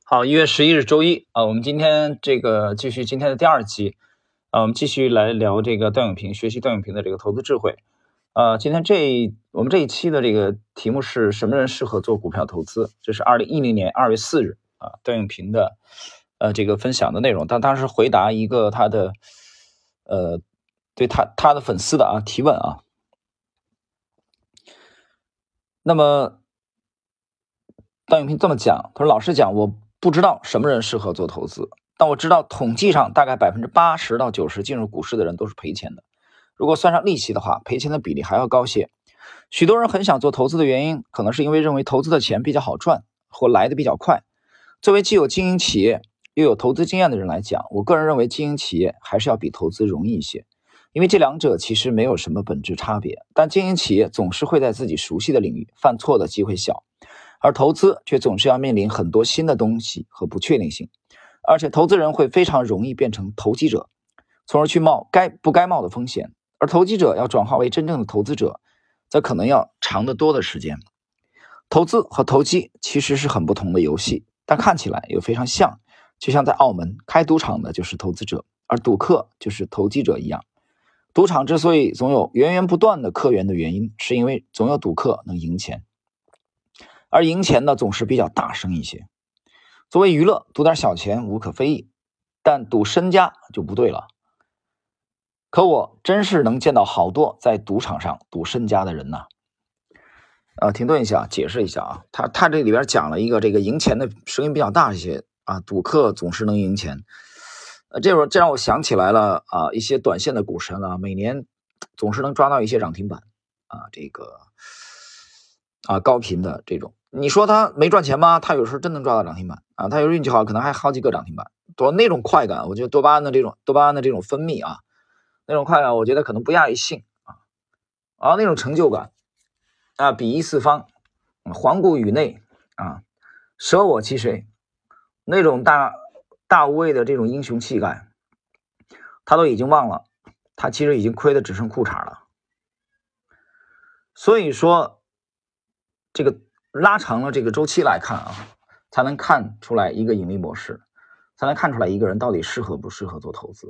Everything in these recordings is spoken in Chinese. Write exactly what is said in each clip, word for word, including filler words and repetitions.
好，一月十一日周一啊，我们今天这个继续今天的第二集啊，我们继续来聊这个段永平，学习段永平的这个投资智慧。呃，今天这我们这一期的这个题目是什么人适合做股票投资？这是二零一零年二月四日啊，段永平的呃这个分享的内容。他当时回答一个他的呃对他他的粉丝的啊提问啊。那么段永平这么讲，他说：“老实讲，我不知道什么人适合做投资，但我知道统计上大概百分之八十到九十进入股市的人都是赔钱的。如果算上利息的话，赔钱的比例还要高些。许多人很想做投资的原因，可能是因为认为投资的钱比较好赚，或来得比较快。作为既有经营企业又有投资经验的人来讲，我个人认为经营企业还是要比投资容易一些，因为这两者其实没有什么本质差别。但经营企业总是会在自己熟悉的领域，犯错的机会小。而投资却总是要面临很多新的东西和不确定性，而且投资人会非常容易变成投机者，从而去冒该不该冒的风险。而投机者要转化为真正的投资者，则可能要长得多的时间。投资和投机其实是很不同的游戏，但看起来又非常像，就像在澳门开赌场的就是投资者，而赌客就是投机者一样。赌场之所以总有源源不断的客源的原因，是因为总有赌客能赢钱。而赢钱呢，总是比较大声一些。作为娱乐，赌点小钱无可非议，但赌身家就不对了。可我真是能见到好多在赌场上赌身家的人呐。呃，停顿一下，解释一下啊，他他这里边讲了一个这个赢钱的声音比较大一些啊，赌客总是能赢钱。呃，这会儿这让我想起来了啊，一些短线的股神啊，每年总是能抓到一些涨停板啊，这个啊高频的这种。你说他没赚钱吗？他有时候真能抓到涨停板啊，他有运气好，可能还好几个涨停板。多那种快感，我觉得多巴胺的这种多巴胺的这种分泌啊，那种快感，我觉得可能不亚于性啊，啊那种成就感啊，比翼四方，环顾宇内啊，舍我其谁，那种大大无畏的这种英雄气概，他都已经忘了，他其实已经亏得只剩裤衩了。所以说，这个。拉长了这个周期来看啊，才能看出来一个盈利模式，才能看出来一个人到底适合不适合做投资。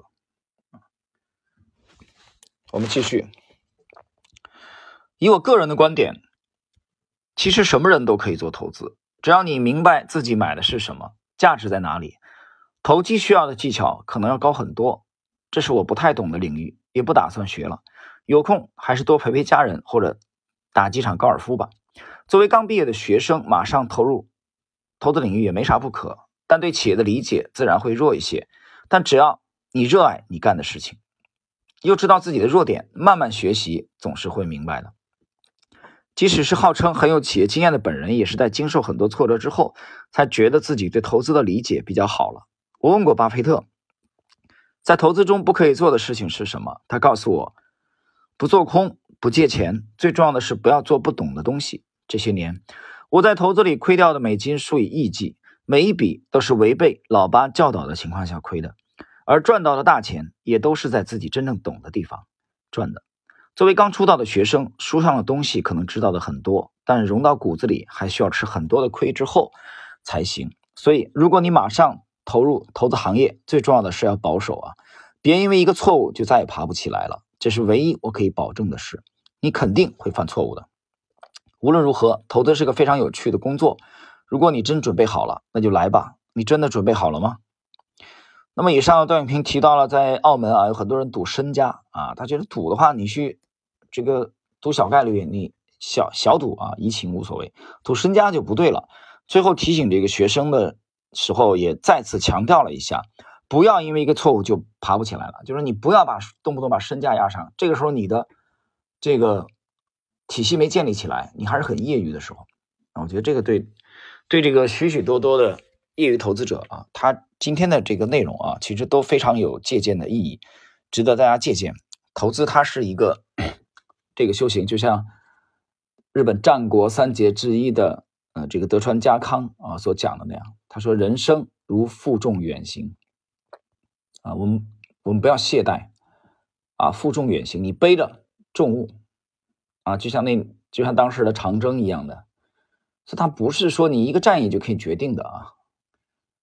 我们继续，以我个人的观点，其实什么人都可以做投资，只要你明白自己买的是什么，价值在哪里。投机需要的技巧可能要高很多，这是我不太懂的领域，也不打算学了。有空还是多陪陪家人，或者打几场高尔夫吧。作为刚毕业的学生，马上投入投资领域也没啥不可，但对企业的理解自然会弱一些。但只要你热爱你干的事情，又知道自己的弱点，慢慢学习总是会明白的。即使是号称很有企业经验的本人，也是在经受很多挫折之后，才觉得自己对投资的理解比较好了。我问过巴菲特，在投资中不可以做的事情是什么？他告诉我，不做空，不借钱，最重要的是不要做不懂的东西。这些年，我在投资里亏掉的美金数以亿计，每一笔都是违背老巴教导的情况下亏的，而赚到的大钱也都是在自己真正懂的地方赚的。作为刚出道的学生，书上的东西可能知道的很多，但融到骨子里还需要吃很多的亏之后才行。所以，如果你马上投入投资行业，最重要的是要保守啊，别因为一个错误就再也爬不起来了。这是唯一我可以保证的事，你肯定会犯错误的。无论如何，投资是个非常有趣的工作。如果你真准备好了，那就来吧。你真的准备好了吗？那么以上段永平提到了在澳门啊，有很多人赌身家啊，他觉得赌的话，你去这个赌小概率，你小小赌啊，怡情无所谓，赌身家就不对了。最后提醒这个学生的时候，也再次强调了一下，不要因为一个错误就爬不起来了，就是你不要把动不动把身价压上，这个时候你的这个体系没建立起来，你还是很业余的时候啊，我觉得这个对对这个许许多多的业余投资者啊，他今天的这个内容啊，其实都非常有借鉴的意义，值得大家借鉴。投资它是一个这个修行，就像日本战国三杰之一的呃这个德川家康啊所讲的那样，他说人生如负重远行啊，我们我们不要懈怠啊，负重远行，你背着重物啊，就像那就像当时的长征一样的，所以它不是说你一个战役就可以决定的啊。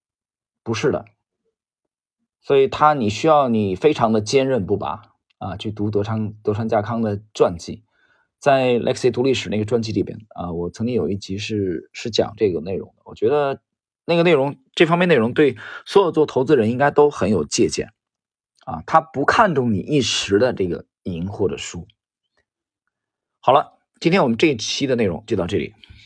不是的。所以他你需要你非常的坚韧不拔啊，去读德昌德川家康的传记。在 Lexi 读历史那个专辑里边啊，我曾经有一集是是讲这个内容的。我觉得那个内容这方面内容对所有做投资人应该都很有借鉴啊。他不看重你一时的这个赢或者输。好了，今天我们这一期的内容就到这里。